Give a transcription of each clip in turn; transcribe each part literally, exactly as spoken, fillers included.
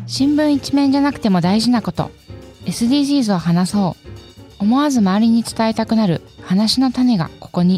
新聞一面じゃなくても大事なこと、 エスディージーズ を話そう。思わず周りに伝えたくなる話の種がここに。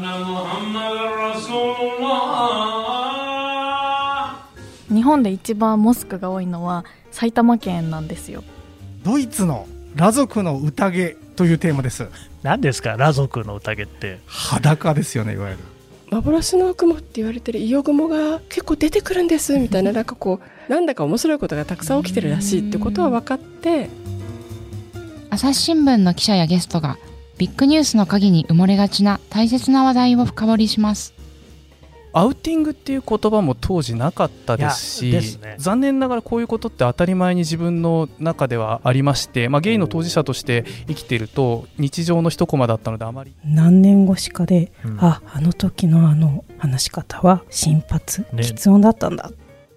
日本で一番モスクが多いのは埼玉県なんですよ。 ドイツの裸族の宴というテーマです。 何ですか裸族の宴って。 裸ですよね、いわゆる。 幻の雲って言われてる伊予雲が結構出てくるんですみたいな、なんかこうなんだか面白いことがたくさん起きてるらしいってことは分かって、 朝日新聞の記者やゲストがビッグニュースの陰に埋もれがちな大切な話題を深掘りします。 アウティングっていう言葉も当時なかったですしです、ね、 残念ながらこういうことって当たり前に自分の中ではありまして、まあ、ゲイの当事者として生きていると日常の一コマだったのであまり何年越しかで、 うん、 あ、あの時のあの話し方は心発、ね、喫音だったんだ。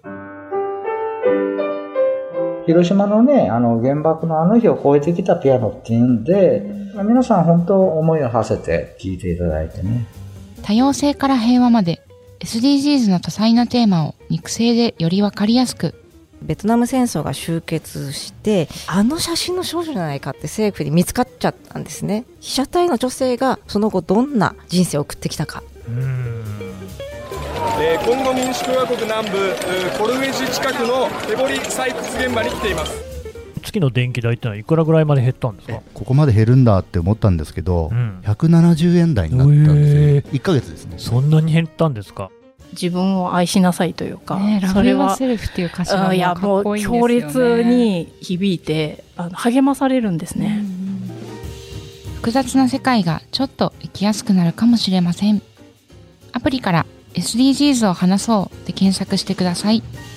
広島のね、あの原爆のあの日を超えてきたピアノっていうんで、皆さん本当思いを馳せて聴いていただいてね。 多様性から平和まで エスディージーズ の多彩なテーマを肉声でより分かりやすく。 ベトナム戦争が終結して、あの写真の少女じゃないかって政府に見つかっちゃったんですね。被写体の女性がその後どんな人生を送ってきたか。 うーん、 えー、コンゴ民主共和国南部コルウェジ近くの手掘り採掘現場に来ています。 月の電気代ってのはいくらぐらいまで減ったんですか？ ここまで減るんだって思ったんですけど、うん、ひゃくななじゅうえん台になったんですよ。いっかげつですね。 そんなに減ったんですか？ 自分を愛しなさいというか、 ね、 それはラブユアセルフっていう歌詞がもうかっこいいんですよね。 強烈に響いてあの励まされるんですね、うん、 複雑な世界がちょっと生きやすくなるかもしれません。アプリから エスディージーズ を話そうで検索してください。